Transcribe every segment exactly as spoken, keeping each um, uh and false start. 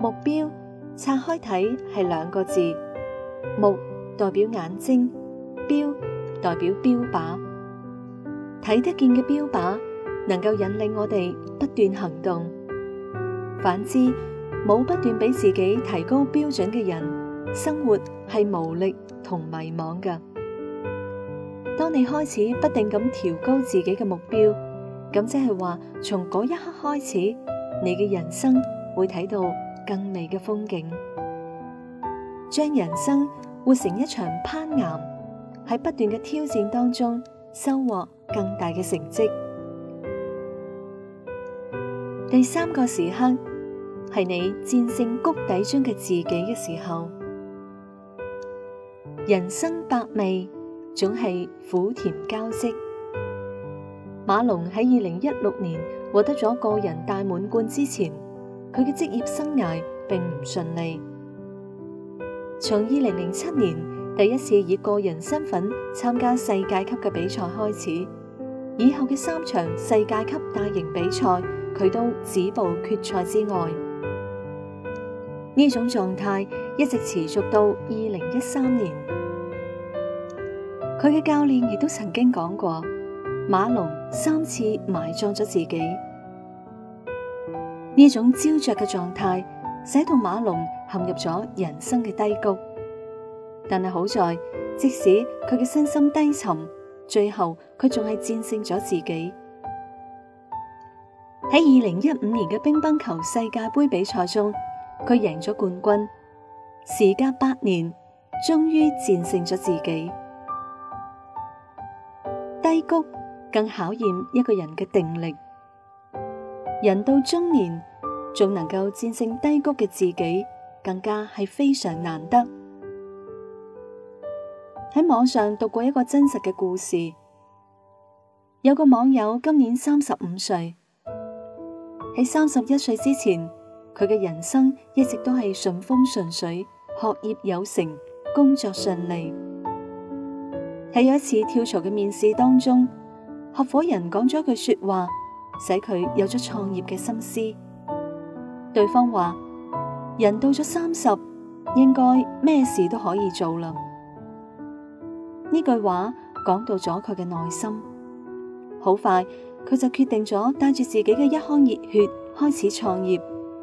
目標拆開睇係兩個字，目代表眼睛，標代表標靶。睇得見嘅標靶能夠引領我哋不斷行動，反之，冇不斷俾自己提高標準嘅人，生活係無力同迷茫㗎。當你開始不斷咁調高自己嘅目標，咁即係話從嗰一刻開始，你嘅人生會睇到更美嘅風景，將人生活成一場攀岩，喺不斷嘅挑戰當中收穫更大嘅成績。第三個時刻係你戰勝谷底中嘅自己嘅時候。人生百味，總係苦甜交織。馬龍喺二零一六年獲得咗個人大滿貫之前，佢嘅職業生涯並唔順利。從二零零七年第一次以個人身份參加世界級嘅比賽開始，以後嘅三場世界級大型比賽，佢都止步決賽之外。呢種狀態一直持續到二零一三年。佢嘅教練亦都曾經講過，馬龍三次埋葬咗自己。呢種焦灼嘅狀態使到馬龍陷入咗人生嘅低谷。但係好在，即使佢嘅身心低沉，最後佢仲係戰勝咗自己。喺二零一五年嘅乒乓球世界盃比賽中，佢贏咗冠軍，時隔八年，終於戰勝咗自己。低谷更考驗一個人嘅定力。人到中年，仲能夠戰勝低谷嘅自己，更加係非常難得。喺網上讀過一個真實嘅故事，有個網友今年三十五歲，喺三十一歲之前，佢嘅人生一直都係順風順水，學業有成，工作順利。喺有一次跳槽嘅面試當中，合夥人講咗一句說話，使佢有咗創業嘅心思。對方話：人到咗三十，應該咩事都可以做啦。呢句話講到咗佢嘅內心，好快佢就決定咗帶住自己嘅一腔熱血開始創業。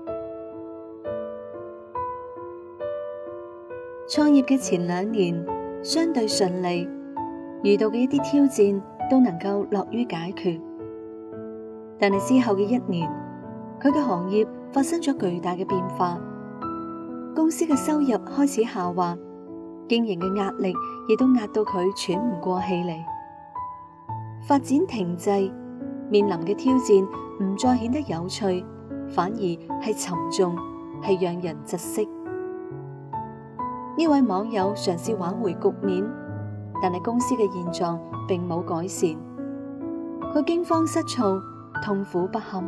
創業嘅前兩年相對順利，遇到嘅一啲挑戰都能夠樂於解決。但係之後嘅一年，佢嘅行業發生咗巨大嘅變化，公司嘅收入開始下滑，經營嘅壓力亦都壓到佢喘唔過氣嚟。發展停滯，面臨嘅挑戰唔再顯得有趣，反而係沉重，係讓人窒息。呢位網友嘗試挽回局面，但係公司嘅現狀並冇改善，佢驚慌失措，痛苦不堪。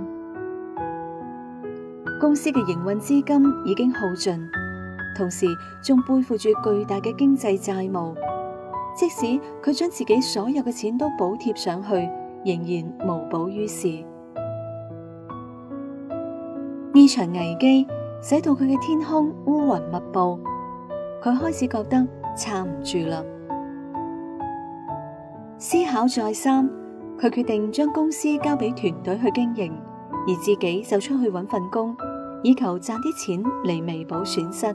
公司嘅營運資金已經耗盡，同時仲背負住巨大嘅經濟債務。即使佢將自己所有嘅錢都補貼上去，仍然無補於事。呢場危機使到佢嘅天空烏雲密布，佢開始覺得撐唔住啦。思考再三，佢決定將公司交俾團隊去經營，而自己就出去揾份工，以求賺啲錢嚟彌補損失。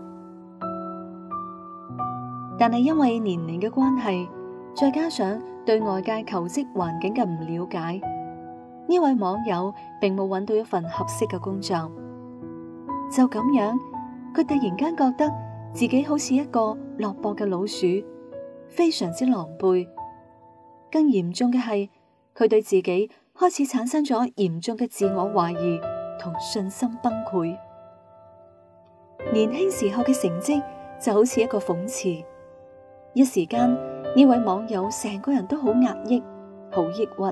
但係因為年齡嘅關係，再加上對外界求職環境嘅唔了解，呢位網友並冇揾到一份合適嘅工作。就咁樣，佢突然間覺得自己好似一個落魄嘅老鼠，非常之狼狽。更嚴重嘅係，佢對自己開始產生咗嚴重嘅自我懷疑同信心崩潰。年輕時候嘅成績就好似一個諷刺。一時間，呢位網友成個人都好壓抑，好抑鬱。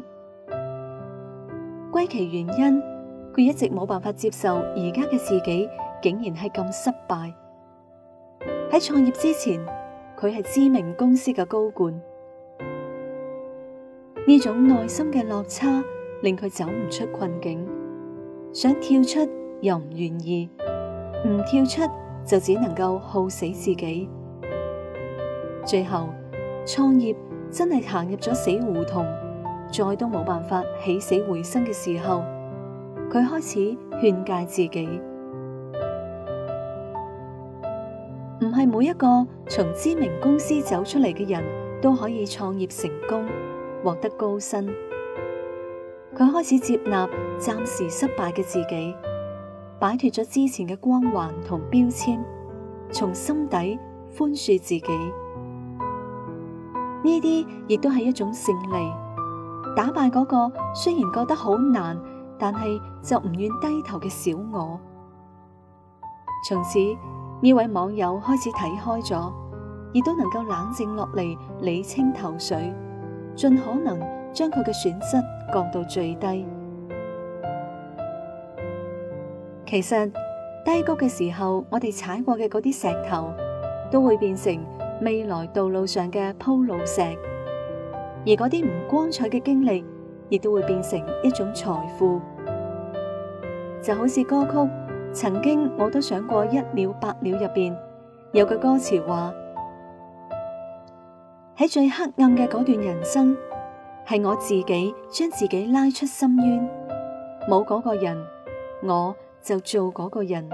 歸其原因，佢一直冇辦法接受而家嘅自己竟然係咁失敗。喺創業之前，佢係知名公司嘅高管。呢種內心嘅落差令佢走唔出困境，想跳出又唔願意， 唔跳出就只能夠耗死自己。最後創業真係行入咗死胡同，再都冇辦法起死回生嘅時候，佢開始勸誡自己，唔係每一個從知名公司走出嚟嘅人都可以創業成功，獲得高薪。佢開始接納暫時失敗嘅自己，擺脫咗之前嘅光環同標籤，從心底寬恕自己。呢啲亦都係一種勝利，打敗嗰個雖然覺得好難，但係就唔願低頭嘅小我。從此呢位網友開始睇開咗，亦都能夠冷靜落嚟，理清頭緒，盡可能將佢嘅損失降到最低。其實低谷嘅時候，我哋踩過嘅嗰啲石頭，都會變成未來道路上嘅鋪路石，而嗰啲唔光彩嘅經歷，亦都會變成一種財富。就好似歌曲《曾經我都想過一了百了》入邊有句歌詞話：喺最黑暗嘅嗰段人生，係我自己將自己拉出深淵，冇嗰個人，我就做嗰個人。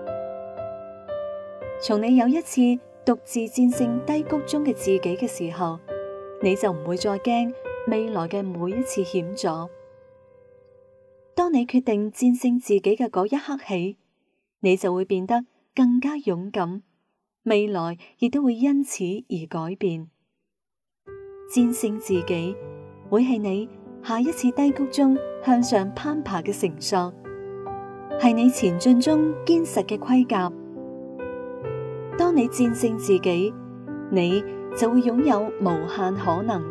從你有一次獨自戰勝低谷中嘅自己嘅時候，你就唔會再驚未來嘅每一次險阻。當你決定戰勝自己嘅嗰一刻起，你就會變得更加勇敢，未來亦都會因此而改變。戰勝自己會係你下一次低谷中向上攀爬嘅繩索，係你前進中堅實嘅盔甲。當你戰勝自己，你就會擁有無限可能。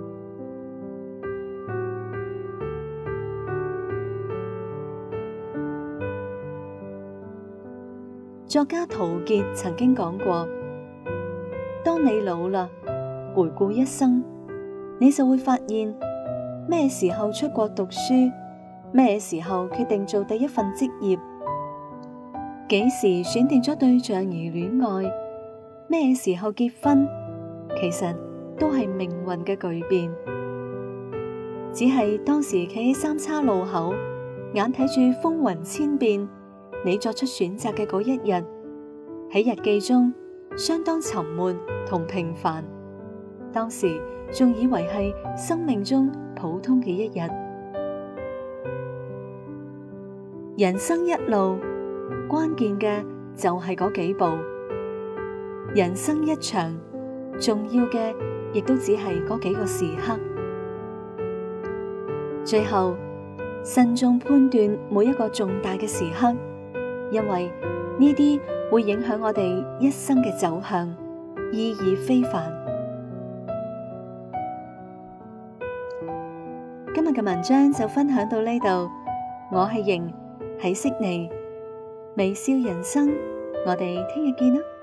作家陶傑曾經講過，當你老啦，回顧一生，你就會發現咩時候出國讀書，咩時候決定做第一份職業，幾時選定咗對象而戀愛，咩時候結婚，其實都係命運嘅巨變。只係當時企喺三叉路口，眼睇住風雲千變，你作出選擇嘅嗰一日，喺日記中相當沉悶同平凡，當時仲以為係生命中普通嘅一日。人生一路，關鍵嘅就係嗰幾步；人生一場，重要嘅亦都只係嗰幾個時刻。最後，慎重判斷每一個重大嘅時刻，因為呢啲會影響我哋一生嘅走向，意義非凡。今日嘅文章就分享到呢度，我係瑩，喺悉尼微笑人生，我哋聽日見啦。